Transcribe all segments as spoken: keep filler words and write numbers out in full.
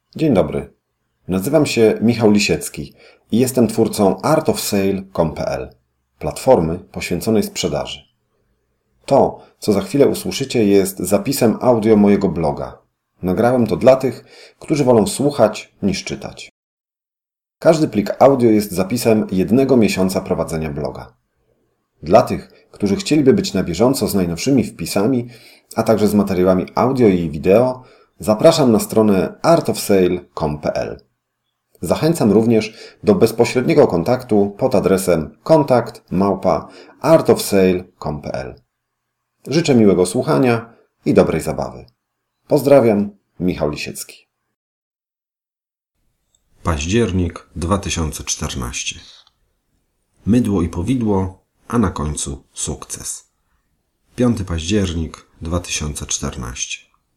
Dzień dobry. Nazywam się Michał Lisiecki i jestem twórcą art of sale kropka com kropka p l, platformy poświęconej sprzedaży. To, co za chwilę usłyszycie, jest zapisem audio mojego bloga. Nagrałem to dla tych, którzy wolą słuchać niż czytać. Każdy plik audio jest zapisem jednego miesiąca prowadzenia bloga. Dla tych, którzy chcieliby być na bieżąco z najnowszymi wpisami, a także z materiałami audio i wideo, zapraszam na stronę art of sale kropka com kropka p l. Zachęcam również do bezpośredniego kontaktu pod adresem kontakt małpa art of sale kropka com kropka p l. Życzę miłego słuchania i dobrej zabawy. Pozdrawiam, Michał Lisiecki. Październik dwa tysiące czternasty. Mydło i powidło, a na końcu sukces. piąty październik dwa tysiące czternasty.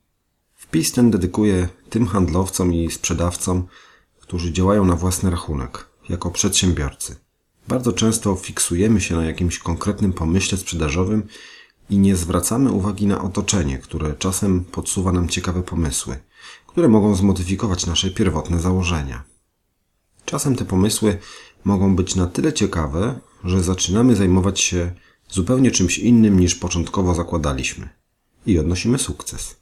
Wpis ten dedykuję tym handlowcom i sprzedawcom, którzy działają na własny rachunek, jako przedsiębiorcy. Bardzo często fiksujemy się na jakimś konkretnym pomyśle sprzedażowym i nie zwracamy uwagi na otoczenie, które czasem podsuwa nam ciekawe pomysły, które mogą zmodyfikować nasze pierwotne założenia. Czasem te pomysły mogą być na tyle ciekawe, że zaczynamy zajmować się zupełnie czymś innym niż początkowo zakładaliśmy i odnosimy sukces.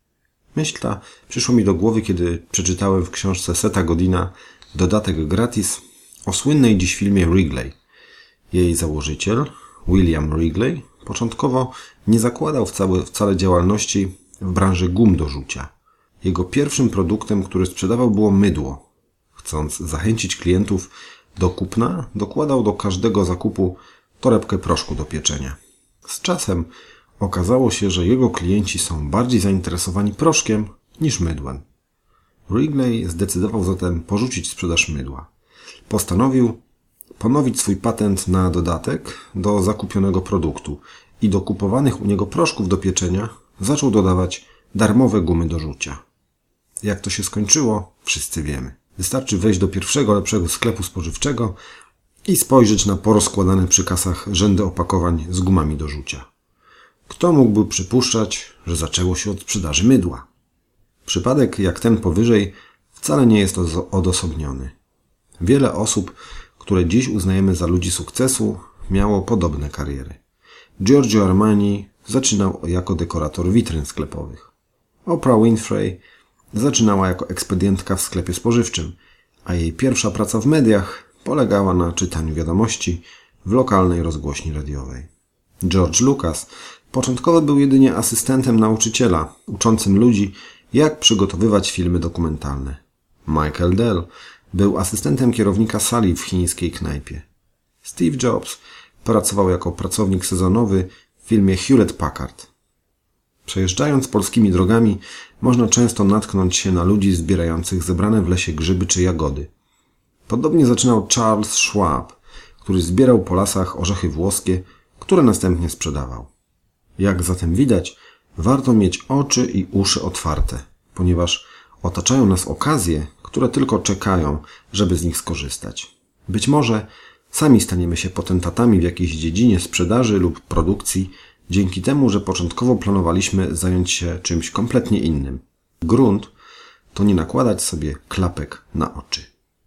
Myśl ta przyszła mi do głowy, kiedy przeczytałem w książce Setha Godina dodatek gratis o słynnej dziś filmie Wrigley. Jej założyciel, William Wrigley, początkowo nie zakładał wcale, wcale działalności w branży gum do rzucia. Jego pierwszym produktem, który sprzedawał, było mydło. Chcąc zachęcić klientów do kupna, dokładał do każdego zakupu torebkę proszku do pieczenia. Z czasem okazało się, że jego klienci są bardziej zainteresowani proszkiem niż mydłem. Wrigley zdecydował zatem porzucić sprzedaż mydła. Postanowił ponowić swój patent na dodatek do zakupionego produktu i do kupowanych u niego proszków do pieczenia zaczął dodawać darmowe gumy do rzucia. Jak to się skończyło, wszyscy wiemy. Wystarczy wejść do pierwszego lepszego sklepu spożywczego i spojrzeć na porozkładane przy kasach rzędy opakowań z gumami do rzucia. Kto mógłby przypuszczać, że zaczęło się od sprzedaży mydła? Przypadek jak ten powyżej wcale nie jest odosobniony. Wiele osób, które dziś uznajemy za ludzi sukcesu, miało podobne kariery. Giorgio Armani zaczynał jako dekorator witryn sklepowych. Oprah Winfrey zaczynała jako ekspedientka w sklepie spożywczym, a jej pierwsza praca w mediach polegała na czytaniu wiadomości w lokalnej rozgłośni radiowej. George Lucas początkowo był jedynie asystentem nauczyciela, uczącym ludzi, jak przygotowywać filmy dokumentalne. Michael Dell był asystentem kierownika sali w chińskiej knajpie. Steve Jobs pracował jako pracownik sezonowy w filmie Hewlett Packard. Przejeżdżając polskimi drogami, można często natknąć się na ludzi zbierających zebrane w lesie grzyby czy jagody. Podobnie zaczynał Charles Schwab, który zbierał po lasach orzechy włoskie, które następnie sprzedawał. Jak zatem widać, warto mieć oczy i uszy otwarte, ponieważ otaczają nas okazje, które tylko czekają, żeby z nich skorzystać. Być może sami staniemy się potentatami w jakiejś dziedzinie sprzedaży lub produkcji, dzięki temu, że początkowo planowaliśmy zająć się czymś kompletnie innym. Grunt to nie nakładać sobie klapek na oczy.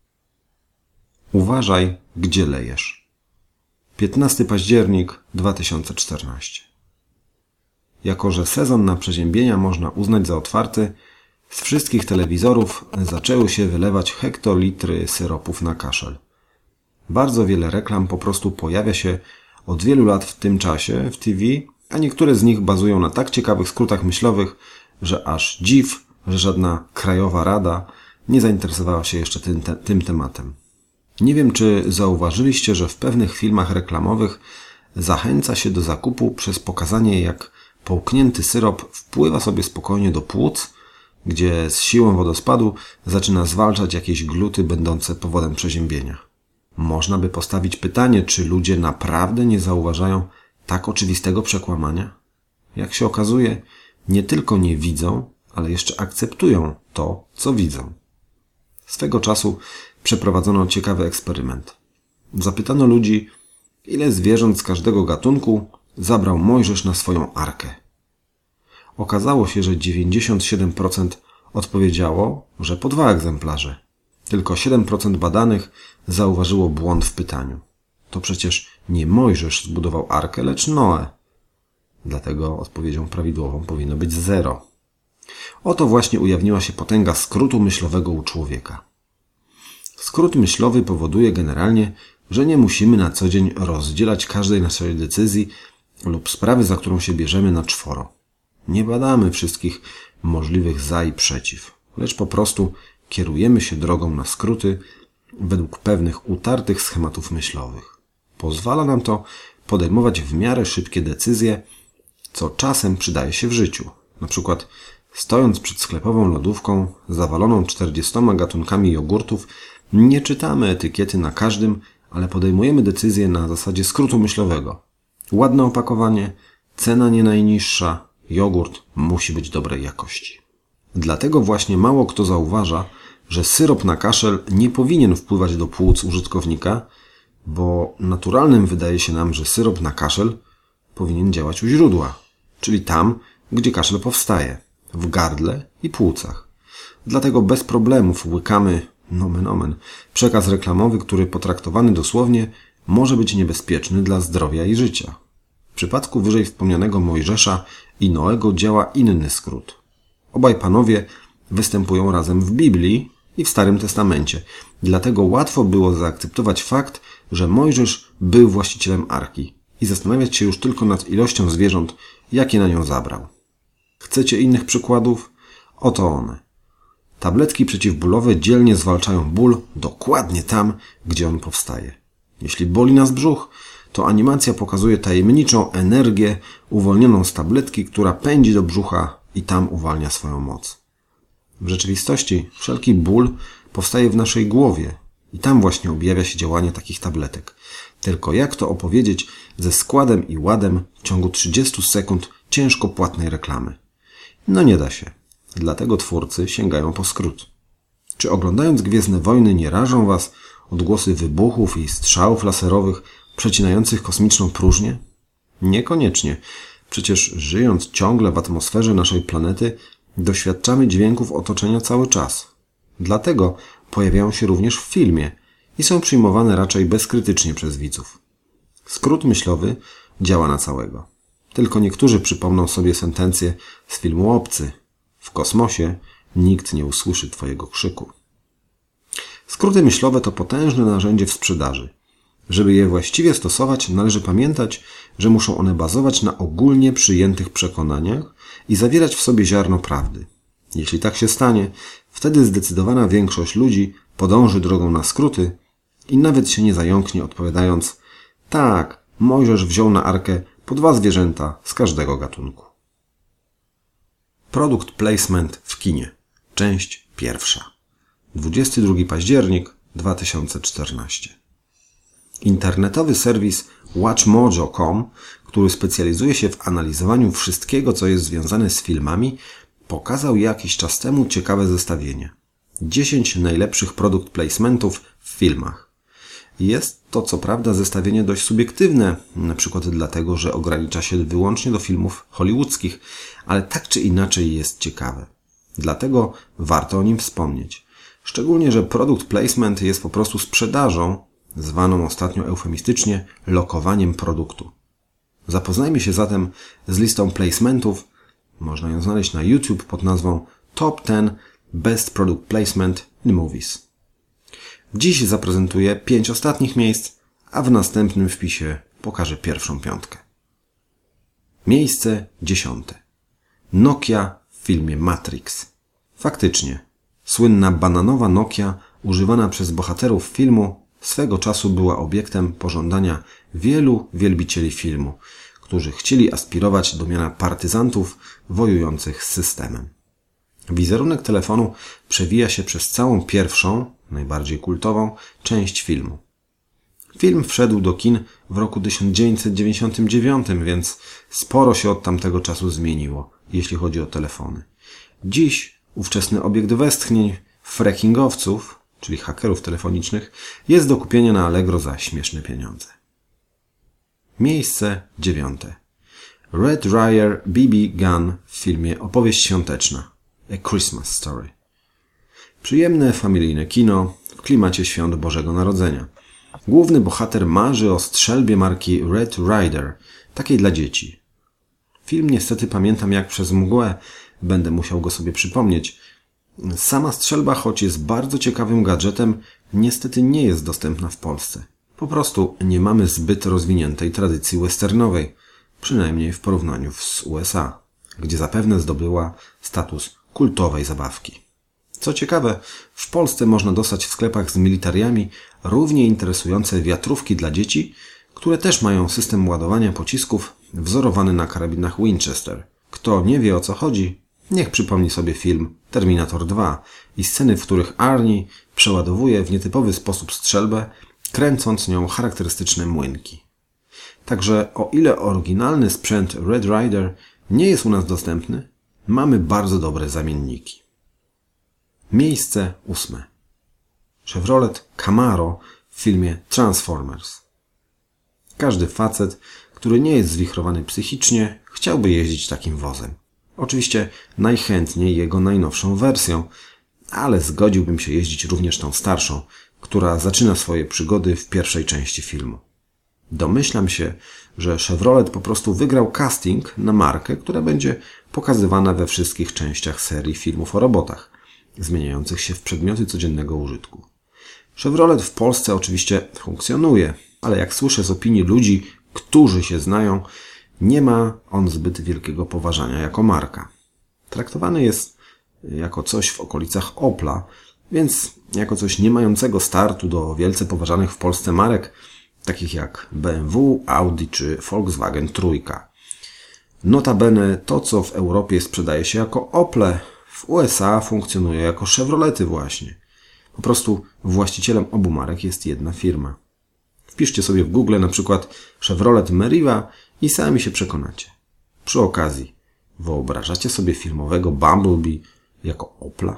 Uważaj, gdzie lejesz. piętnasty październik dwa tysiące czternasty. Jako że sezon na przeziębienia można uznać za otwarty, z wszystkich telewizorów zaczęły się wylewać hektolitry syropów na kaszel. Bardzo wiele reklam po prostu pojawia się od wielu lat w tym czasie w T V, a niektóre z nich bazują na tak ciekawych skrótach myślowych, że aż dziw, że żadna krajowa rada nie zainteresowała się jeszcze tym, te, tym tematem. Nie wiem, czy zauważyliście, że w pewnych filmach reklamowych zachęca się do zakupu przez pokazanie, jak połknięty syrop wpływa sobie spokojnie do płuc, gdzie z siłą wodospadu zaczyna zwalczać jakieś gluty będące powodem przeziębienia. Można by postawić pytanie, czy ludzie naprawdę nie zauważają tak oczywistego przekłamania? Jak się okazuje, nie tylko nie widzą, ale jeszcze akceptują to, co widzą. Swego czasu przeprowadzono ciekawy eksperyment. Zapytano ludzi, ile zwierząt z każdego gatunku zabrał Mojżesz na swoją arkę. Okazało się, że dziewięćdziesiąt siedem procent odpowiedziało, że po dwa egzemplarze. Tylko siedem procent badanych zauważyło błąd w pytaniu. To przecież nie Mojżesz zbudował arkę, lecz Noe. Dlatego odpowiedzią prawidłową powinno być zero. Oto właśnie ujawniła się potęga skrótu myślowego u człowieka. Skrót myślowy powoduje generalnie, że nie musimy na co dzień rozdzielać każdej naszej decyzji lub sprawy, za którą się bierzemy, na czworo. Nie badamy wszystkich możliwych za i przeciw, lecz po prostu kierujemy się drogą na skróty według pewnych utartych schematów myślowych. Pozwala nam to podejmować w miarę szybkie decyzje, co czasem przydaje się w życiu. Na przykład stojąc przed sklepową lodówką zawaloną czterdziestoma gatunkami jogurtów, nie czytamy etykiety na każdym, ale podejmujemy decyzję na zasadzie skrótu myślowego. Ładne opakowanie, cena nie najniższa, jogurt musi być dobrej jakości. Dlatego właśnie mało kto zauważa, że syrop na kaszel nie powinien wpływać do płuc użytkownika, bo naturalnym wydaje się nam, że syrop na kaszel powinien działać u źródła, czyli tam, gdzie kaszel powstaje, w gardle i płucach. Dlatego bez problemów łykamy, nomen omen, przekaz reklamowy, który potraktowany dosłownie może być niebezpieczny dla zdrowia i życia. W przypadku wyżej wspomnianego Mojżesza i Noego działa inny skrót. Obaj panowie występują razem w Biblii i w Starym Testamencie. Dlatego łatwo było zaakceptować fakt, że Mojżesz był właścicielem arki i zastanawiać się już tylko nad ilością zwierząt, jakie na nią zabrał. Chcecie innych przykładów? Oto one. Tabletki przeciwbólowe dzielnie zwalczają ból dokładnie tam, gdzie on powstaje. Jeśli boli nas brzuch, to animacja pokazuje tajemniczą energię uwolnioną z tabletki, która pędzi do brzucha i tam uwalnia swoją moc. W rzeczywistości wszelki ból powstaje w naszej głowie i tam właśnie objawia się działanie takich tabletek. Tylko jak to opowiedzieć ze składem i ładem w ciągu trzydziestu sekund ciężko płatnej reklamy? No nie da się. Dlatego twórcy sięgają po skrót. Czy oglądając Gwiezdne Wojny nie rażą was odgłosy wybuchów i strzałów laserowych przecinających kosmiczną próżnię? Niekoniecznie. Przecież żyjąc ciągle w atmosferze naszej planety, doświadczamy dźwięków otoczenia cały czas. Dlatego pojawiają się również w filmie i są przyjmowane raczej bezkrytycznie przez widzów. Skrót myślowy działa na całego. Tylko niektórzy przypomną sobie sentencję z filmu Obcy. W kosmosie nikt nie usłyszy twojego krzyku. Skróty myślowe to potężne narzędzie w sprzedaży. Żeby je właściwie stosować, należy pamiętać, że muszą one bazować na ogólnie przyjętych przekonaniach i zawierać w sobie ziarno prawdy. Jeśli tak się stanie, wtedy zdecydowana większość ludzi podąży drogą na skróty i nawet się nie zająknie, odpowiadając: tak, Mojżesz wziął na arkę po dwa zwierzęta z każdego gatunku. Product placement w kinie. Część pierwsza. dwudziestego drugiego października dwa tysiące czternastego. Internetowy serwis watch mojo kropka com, który specjalizuje się w analizowaniu wszystkiego, co jest związane z filmami, pokazał jakiś czas temu ciekawe zestawienie. dziesięć najlepszych product placementów w filmach. Jest to co prawda zestawienie dość subiektywne, na przykład dlatego, że ogranicza się wyłącznie do filmów hollywoodzkich, ale tak czy inaczej jest ciekawe. Dlatego warto o nim wspomnieć. Szczególnie, że product placement jest po prostu sprzedażą, zwaną ostatnio eufemistycznie lokowaniem produktu. Zapoznajmy się zatem z listą placementów. Można ją znaleźć na YouTube pod nazwą Top dziesięć Best Product Placement in Movies. Dziś zaprezentuję pięć ostatnich miejsc, a w następnym wpisie pokażę pierwszą piątkę. Miejsce dziesiąte. Nokia w filmie Matrix. Faktycznie, słynna bananowa Nokia używana przez bohaterów filmu swego czasu była obiektem pożądania wielu wielbicieli filmu, którzy chcieli aspirować do miana partyzantów wojujących z systemem. Wizerunek telefonu przewija się przez całą pierwszą, najbardziej kultową, część filmu. Film wszedł do kin w roku tysiąc dziewięćset dziewięćdziesiątym dziewiątym, więc sporo się od tamtego czasu zmieniło, jeśli chodzi o telefony. Dziś ówczesny obiekt westchnień frackingowców, czyli hakerów telefonicznych, jest do kupienia na Allegro za śmieszne pieniądze. Miejsce dziewiąte. Red Ryder B B Gun w filmie Opowieść świąteczna. A Christmas Story. Przyjemne, familijne kino w klimacie świąt Bożego Narodzenia. Główny bohater marzy o strzelbie marki Red Ryder, takiej dla dzieci. Film niestety pamiętam jak przez mgłę, będę musiał go sobie przypomnieć. Sama strzelba, choć jest bardzo ciekawym gadżetem, niestety nie jest dostępna w Polsce. Po prostu nie mamy zbyt rozwiniętej tradycji westernowej, przynajmniej w porównaniu z U S A, gdzie zapewne zdobyła status kultowej zabawki. Co ciekawe, w Polsce można dostać w sklepach z militariami równie interesujące wiatrówki dla dzieci, które też mają system ładowania pocisków wzorowany na karabinach Winchester. Kto nie wie o co chodzi, niech przypomni sobie film Terminator dwa i sceny, w których Arnie przeładowuje w nietypowy sposób strzelbę, kręcąc nią charakterystyczne młynki. Także o ile oryginalny sprzęt Red Ryder nie jest u nas dostępny, mamy bardzo dobre zamienniki. Miejsce ósme. Chevrolet Camaro w filmie Transformers. Każdy facet, który nie jest zwichrowany psychicznie, chciałby jeździć takim wozem. Oczywiście najchętniej jego najnowszą wersją, ale zgodziłbym się jeździć również tą starszą, która zaczyna swoje przygody w pierwszej części filmu. Domyślam się, że Chevrolet po prostu wygrał casting na markę, która będzie pokazywana we wszystkich częściach serii filmów o robotach, zmieniających się w przedmioty codziennego użytku. Chevrolet w Polsce oczywiście funkcjonuje, ale jak słyszę z opinii ludzi, którzy się znają, nie ma on zbyt wielkiego poważania jako marka. Traktowany jest jako coś w okolicach Opla, więc jako coś nie mającego startu do wielce poważanych w Polsce marek, takich jak B M W, Audi czy Volkswagen Trójka. Notabene to, co w Europie sprzedaje się jako Ople, w U S A funkcjonuje jako Chevrolety właśnie. Po prostu właścicielem obu marek jest jedna firma. Wpiszcie sobie w Google na przykład Chevrolet Meriva i sami się przekonacie. Przy okazji, wyobrażacie sobie filmowego Bumblebee jako Opla?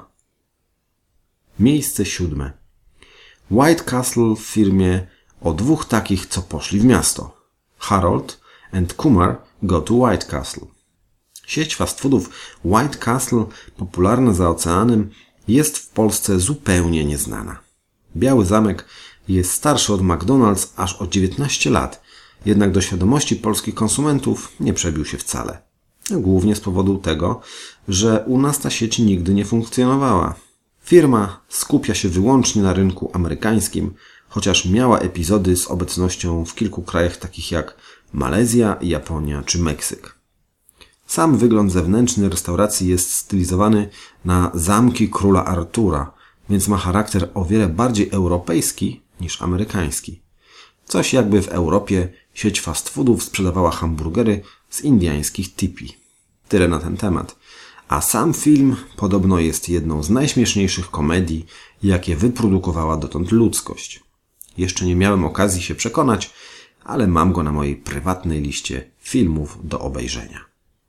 Miejsce siódme. White Castle w firmie o dwóch takich, co poszli w miasto. Harold and Kumar go to White Castle. Sieć fast foodów White Castle, popularna za oceanem, jest w Polsce zupełnie nieznana. Biały Zamek jest starszy od McDonald's aż o dziewiętnaście lat, jednak do świadomości polskich konsumentów nie przebił się wcale. Głównie z powodu tego, że u nas ta sieć nigdy nie funkcjonowała. Firma skupia się wyłącznie na rynku amerykańskim, chociaż miała epizody z obecnością w kilku krajach takich jak Malezja, Japonia czy Meksyk. Sam wygląd zewnętrzny restauracji jest stylizowany na zamki króla Artura, więc ma charakter o wiele bardziej europejski niż amerykański. Coś jakby w Europie sieć fast foodów sprzedawała hamburgery z indiańskich tipi. Tyle na ten temat. A sam film podobno jest jedną z najśmieszniejszych komedii, jakie wyprodukowała dotąd ludzkość. Jeszcze nie miałem okazji się przekonać, ale mam go na mojej prywatnej liście filmów do obejrzenia.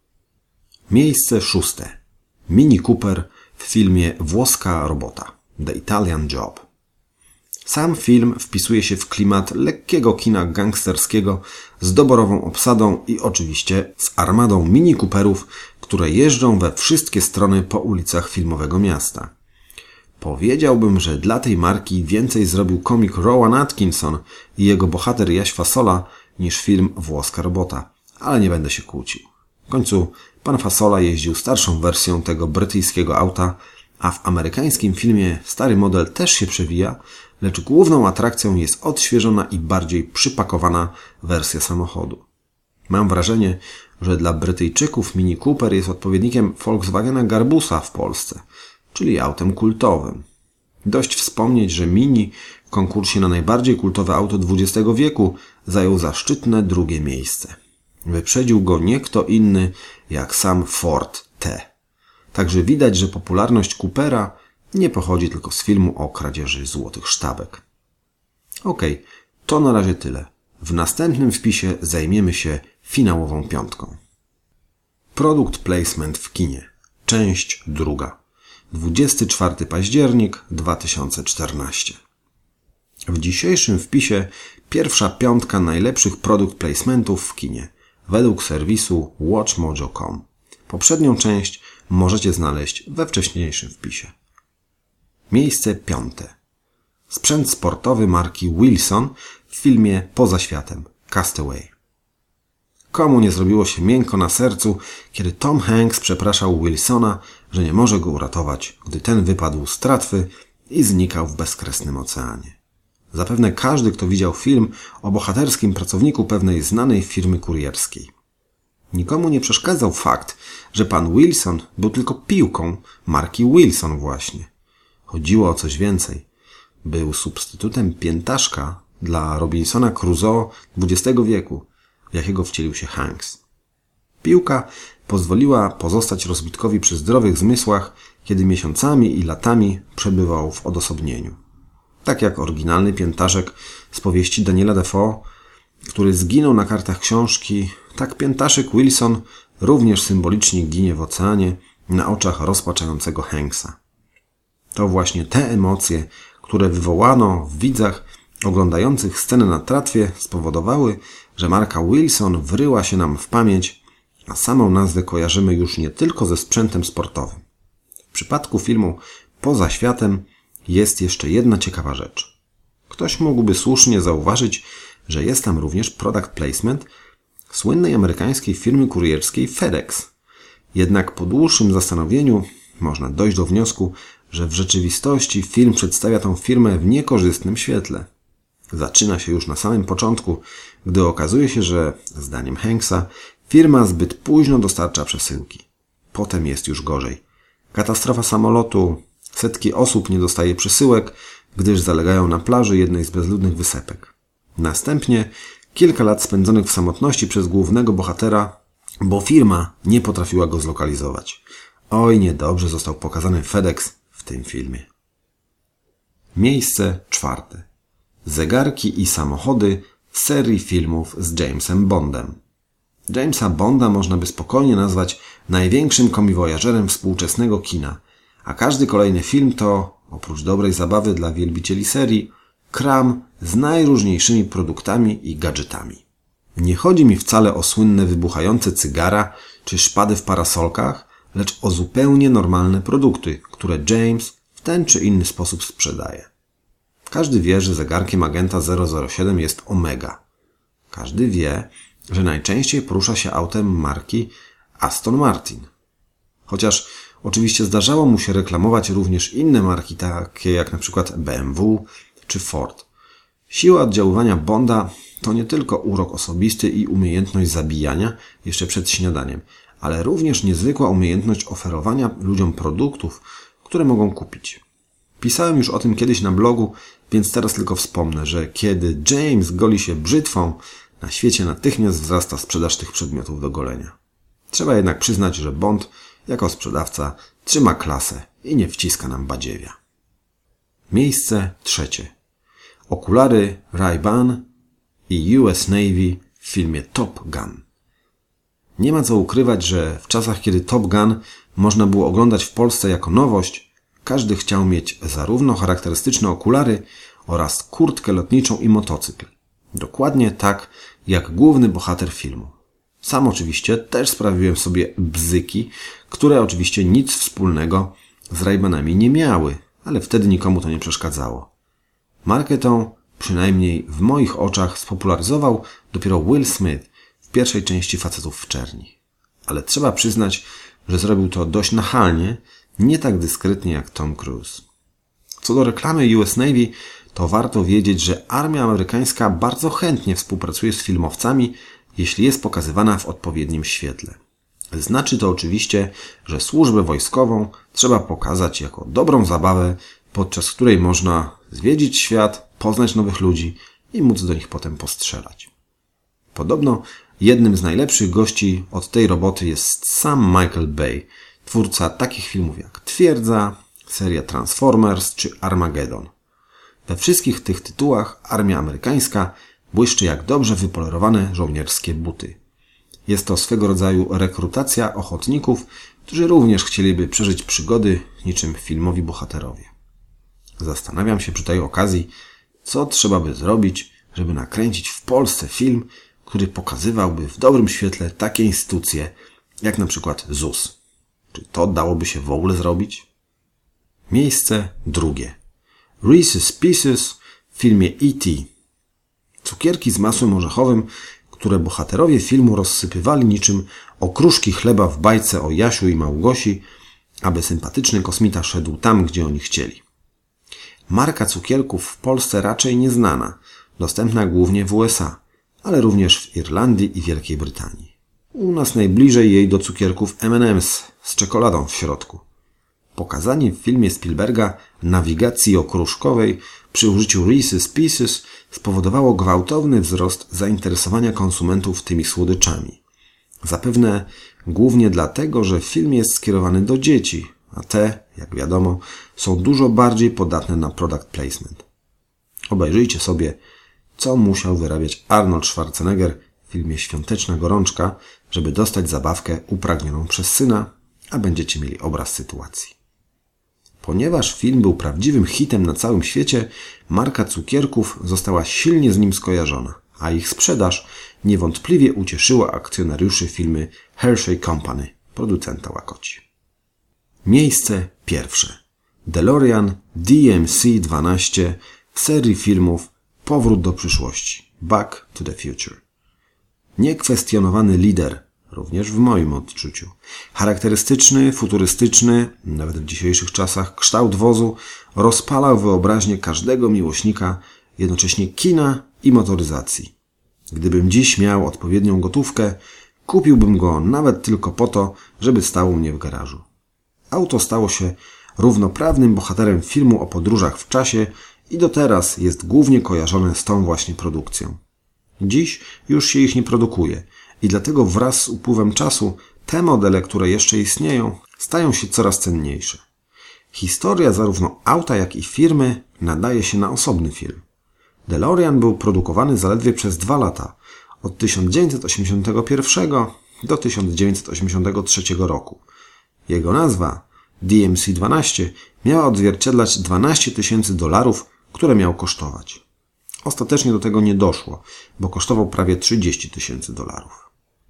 Miejsce szóste. Mini Cooper w filmie Włoska robota. The Italian Job. Sam film wpisuje się w klimat lekkiego kina gangsterskiego z doborową obsadą i oczywiście z armadą Mini Cooperów, które jeżdżą we wszystkie strony po ulicach filmowego miasta. Powiedziałbym, że dla tej marki więcej zrobił komik Rowan Atkinson i jego bohater Jaś Fasola niż film Włoska robota, ale nie będę się kłócił. W końcu pan Fasola jeździł starszą wersją tego brytyjskiego auta, a w amerykańskim filmie stary model też się przewija, lecz główną atrakcją jest odświeżona i bardziej przypakowana wersja samochodu. Mam wrażenie, że dla Brytyjczyków Mini Cooper jest odpowiednikiem Volkswagena Garbusa w Polsce, czyli autem kultowym. Dość wspomnieć, że Mini w konkursie na najbardziej kultowe auto dwudziestego wieku zajął zaszczytne drugie miejsce. Wyprzedził go nie kto inny jak sam Ford T. Także widać, że popularność Coopera nie pochodzi tylko z filmu o kradzieży złotych sztabek. Okej, to na razie tyle. W następnym wpisie zajmiemy się finałową piątką. Product placement w kinie. Część druga. dwudziestego czwartego października dwa tysiące czternastego. W dzisiejszym wpisie pierwsza piątka najlepszych product placementów w kinie według serwisu watch mojo kropka com. Poprzednią część możecie znaleźć we wcześniejszym wpisie. Miejsce piąte. Sprzęt sportowy marki Wilson w filmie Poza światem Castaway. Komu nie zrobiło się miękko na sercu, kiedy Tom Hanks przepraszał Wilsona, że nie może go uratować, gdy ten wypadł z tratwy i znikał w bezkresnym oceanie. Zapewne każdy, kto widział film o bohaterskim pracowniku pewnej znanej firmy kurierskiej. Nikomu nie przeszkadzał fakt, że pan Wilson był tylko piłką marki Wilson właśnie. Chodziło o coś więcej. Był substytutem piętaszka dla Robinsona Crusoe dwudziestego wieku, w jakiego wcielił się Hanks. Piłka pozwoliła pozostać rozbitkowi przy zdrowych zmysłach, kiedy miesiącami i latami przebywał w odosobnieniu. Tak jak oryginalny piętaszek z powieści Daniela Defoe, który zginął na kartach książki, tak piętaszek Wilson również symbolicznie ginie w oceanie na oczach rozpaczającego Hanksa. To właśnie te emocje, które wywołano w widzach oglądających scenę na tratwie, spowodowały, że marka Wilson wryła się nam w pamięć, a samą nazwę kojarzymy już nie tylko ze sprzętem sportowym. W przypadku filmu Poza światem jest jeszcze jedna ciekawa rzecz. Ktoś mógłby słusznie zauważyć, że jest tam również product placement słynnej amerykańskiej firmy kurierskiej FedEx. Jednak po dłuższym zastanowieniu można dojść do wniosku, że w rzeczywistości film przedstawia tą firmę w niekorzystnym świetle. Zaczyna się już na samym początku, gdy okazuje się, że, zdaniem Hanksa, firma zbyt późno dostarcza przesyłki. Potem jest już gorzej. Katastrofa samolotu, setki osób nie dostaje przesyłek, gdyż zalegają na plaży jednej z bezludnych wysepek. Następnie kilka lat spędzonych w samotności przez głównego bohatera, bo firma nie potrafiła go zlokalizować. Oj, niedobrze został pokazany FedEx w tym filmie. Miejsce czwarte. Zegarki i samochody w serii filmów z Jamesem Bondem. Jamesa Bonda można by spokojnie nazwać największym komiwojażerem współczesnego kina, a każdy kolejny film to, oprócz dobrej zabawy dla wielbicieli serii, kram z najróżniejszymi produktami i gadżetami. Nie chodzi mi wcale o słynne wybuchające cygara czy szpady w parasolkach, lecz o zupełnie normalne produkty, które James w ten czy inny sposób sprzedaje. Każdy wie, że zegarkiem agenta zero zero siedem jest Omega. Każdy wie, że najczęściej porusza się autem marki Aston Martin. Chociaż oczywiście zdarzało mu się reklamować również inne marki, takie jak na przykład B M W czy Ford. Siła oddziaływania Bonda to nie tylko urok osobisty i umiejętność zabijania jeszcze przed śniadaniem, ale również niezwykła umiejętność oferowania ludziom produktów, które mogą kupić. Pisałem już o tym kiedyś na blogu, więc teraz tylko wspomnę, że kiedy James goli się brzytwą, na świecie natychmiast wzrasta sprzedaż tych przedmiotów do golenia. Trzeba jednak przyznać, że Bond jako sprzedawca trzyma klasę i nie wciska nam badziewia. Miejsce trzecie. Okulary Ray-Ban i U S Navy w filmie Top Gun. Nie ma co ukrywać, że w czasach, kiedy Top Gun można było oglądać w Polsce jako nowość, każdy chciał mieć zarówno charakterystyczne okulary oraz kurtkę lotniczą i motocykl. Dokładnie tak, jak główny bohater filmu. Sam oczywiście też sprawiłem sobie bzyki, które oczywiście nic wspólnego z Ray-Banami nie miały, ale wtedy nikomu to nie przeszkadzało. Markę tą, przynajmniej w moich oczach, spopularyzował dopiero Will Smith w pierwszej części Facetów w czerni. Ale trzeba przyznać, że zrobił to dość nachalnie, nie tak dyskretnie jak Tom Cruise. Co do reklamy U S Navy, to warto wiedzieć, że armia amerykańska bardzo chętnie współpracuje z filmowcami, jeśli jest pokazywana w odpowiednim świetle. Znaczy to oczywiście, że służbę wojskową trzeba pokazać jako dobrą zabawę, podczas której można zwiedzić świat, poznać nowych ludzi i móc do nich potem postrzelać. Podobno jednym z najlepszych gości od tej roboty jest sam Michael Bay, twórca takich filmów jak Twierdza, seria Transformers czy Armageddon. We wszystkich tych tytułach armia amerykańska błyszczy jak dobrze wypolerowane żołnierskie buty. Jest to swego rodzaju rekrutacja ochotników, którzy również chcieliby przeżyć przygody niczym filmowi bohaterowie. Zastanawiam się przy tej okazji, co trzeba by zrobić, żeby nakręcić w Polsce film, który pokazywałby w dobrym świetle takie instytucje, jak na przykład Z U S. Czy to dałoby się w ogóle zrobić? Miejsce drugie. Reese's Pieces w filmie E T Cukierki z masłem orzechowym, które bohaterowie filmu rozsypywali niczym okruszki chleba w bajce o Jasiu i Małgosi, aby sympatyczny kosmita szedł tam, gdzie oni chcieli. Marka cukierków w Polsce raczej nieznana, dostępna głównie w U S A, ale również w Irlandii i Wielkiej Brytanii. U nas najbliżej jej do cukierków M and M's z czekoladą w środku. Pokazanie w filmie Spielberga nawigacji okruszkowej przy użyciu Reese's Pieces spowodowało gwałtowny wzrost zainteresowania konsumentów tymi słodyczami. Zapewne głównie dlatego, że film jest skierowany do dzieci, a te, jak wiadomo, są dużo bardziej podatne na product placement. Obejrzyjcie sobie, co musiał wyrabiać Arnold Schwarzenegger w filmie Świąteczna gorączka, żeby dostać zabawkę upragnioną przez syna, a będziecie mieli obraz sytuacji. Ponieważ film był prawdziwym hitem na całym świecie, marka cukierków została silnie z nim skojarzona, a ich sprzedaż niewątpliwie ucieszyła akcjonariuszy firmy Hershey Company, producenta łakoci. Miejsce pierwsze. DeLorean D M C dwanaście w serii filmów Powrót do przyszłości, Back to the Future. Niekwestionowany lider, również w moim odczuciu. Charakterystyczny, futurystyczny, nawet w dzisiejszych czasach, kształt wozu rozpalał wyobraźnię każdego miłośnika jednocześnie kina i motoryzacji. Gdybym dziś miał odpowiednią gotówkę, kupiłbym go nawet tylko po to, żeby stał u mnie w garażu. Auto stało się równoprawnym bohaterem filmu o podróżach w czasie i do teraz jest głównie kojarzone z tą właśnie produkcją. Dziś już się ich nie produkuje i dlatego wraz z upływem czasu te modele, które jeszcze istnieją, stają się coraz cenniejsze. Historia zarówno auta, jak i firmy nadaje się na osobny film. DeLorean był produkowany zaledwie przez dwa lata, od tysiąc dziewięćset osiemdziesiątego pierwszego do tysiąc dziewięćset osiemdziesiątego trzeciego roku. Jego nazwa, D M C dwanaście, miała odzwierciedlać dwanaście tysięcy dolarów, które miał kosztować. Ostatecznie do tego nie doszło, bo kosztował prawie trzydzieści tysięcy dolarów.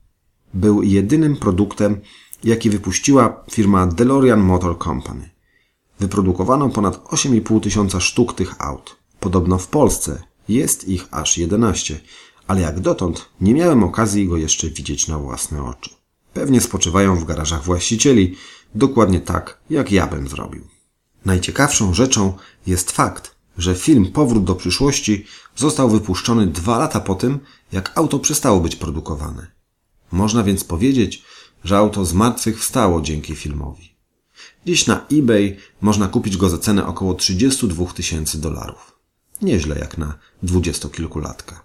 Był jedynym produktem, jaki wypuściła firma DeLorean Motor Company. Wyprodukowano ponad osiem i pół tysiąca sztuk tych aut. Podobno w Polsce jest ich aż jedenaście, ale jak dotąd nie miałem okazji go jeszcze widzieć na własne oczy. Pewnie spoczywają w garażach właścicieli, dokładnie tak, jak ja bym zrobił. Najciekawszą rzeczą jest fakt, że film Powrót do przyszłości został wypuszczony dwa lata po tym, jak auto przestało być produkowane. Można więc powiedzieć, że auto zmartwychwstało dzięki filmowi. Dziś na eBay można kupić go za cenę około trzydzieści dwa tysięcy dolarów. Nieźle jak na dwudziestokilkulatka.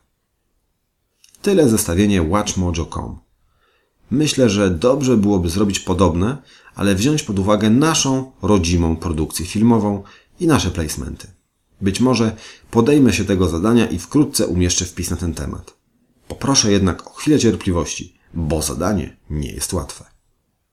Tyle zestawienie watch mojo kropka com. Myślę, że dobrze byłoby zrobić podobne, ale wziąć pod uwagę naszą rodzimą produkcję filmową i nasze placementy. Być może podejmę się tego zadania i wkrótce umieszczę wpis na ten temat. Poproszę jednak o chwilę cierpliwości, bo zadanie nie jest łatwe.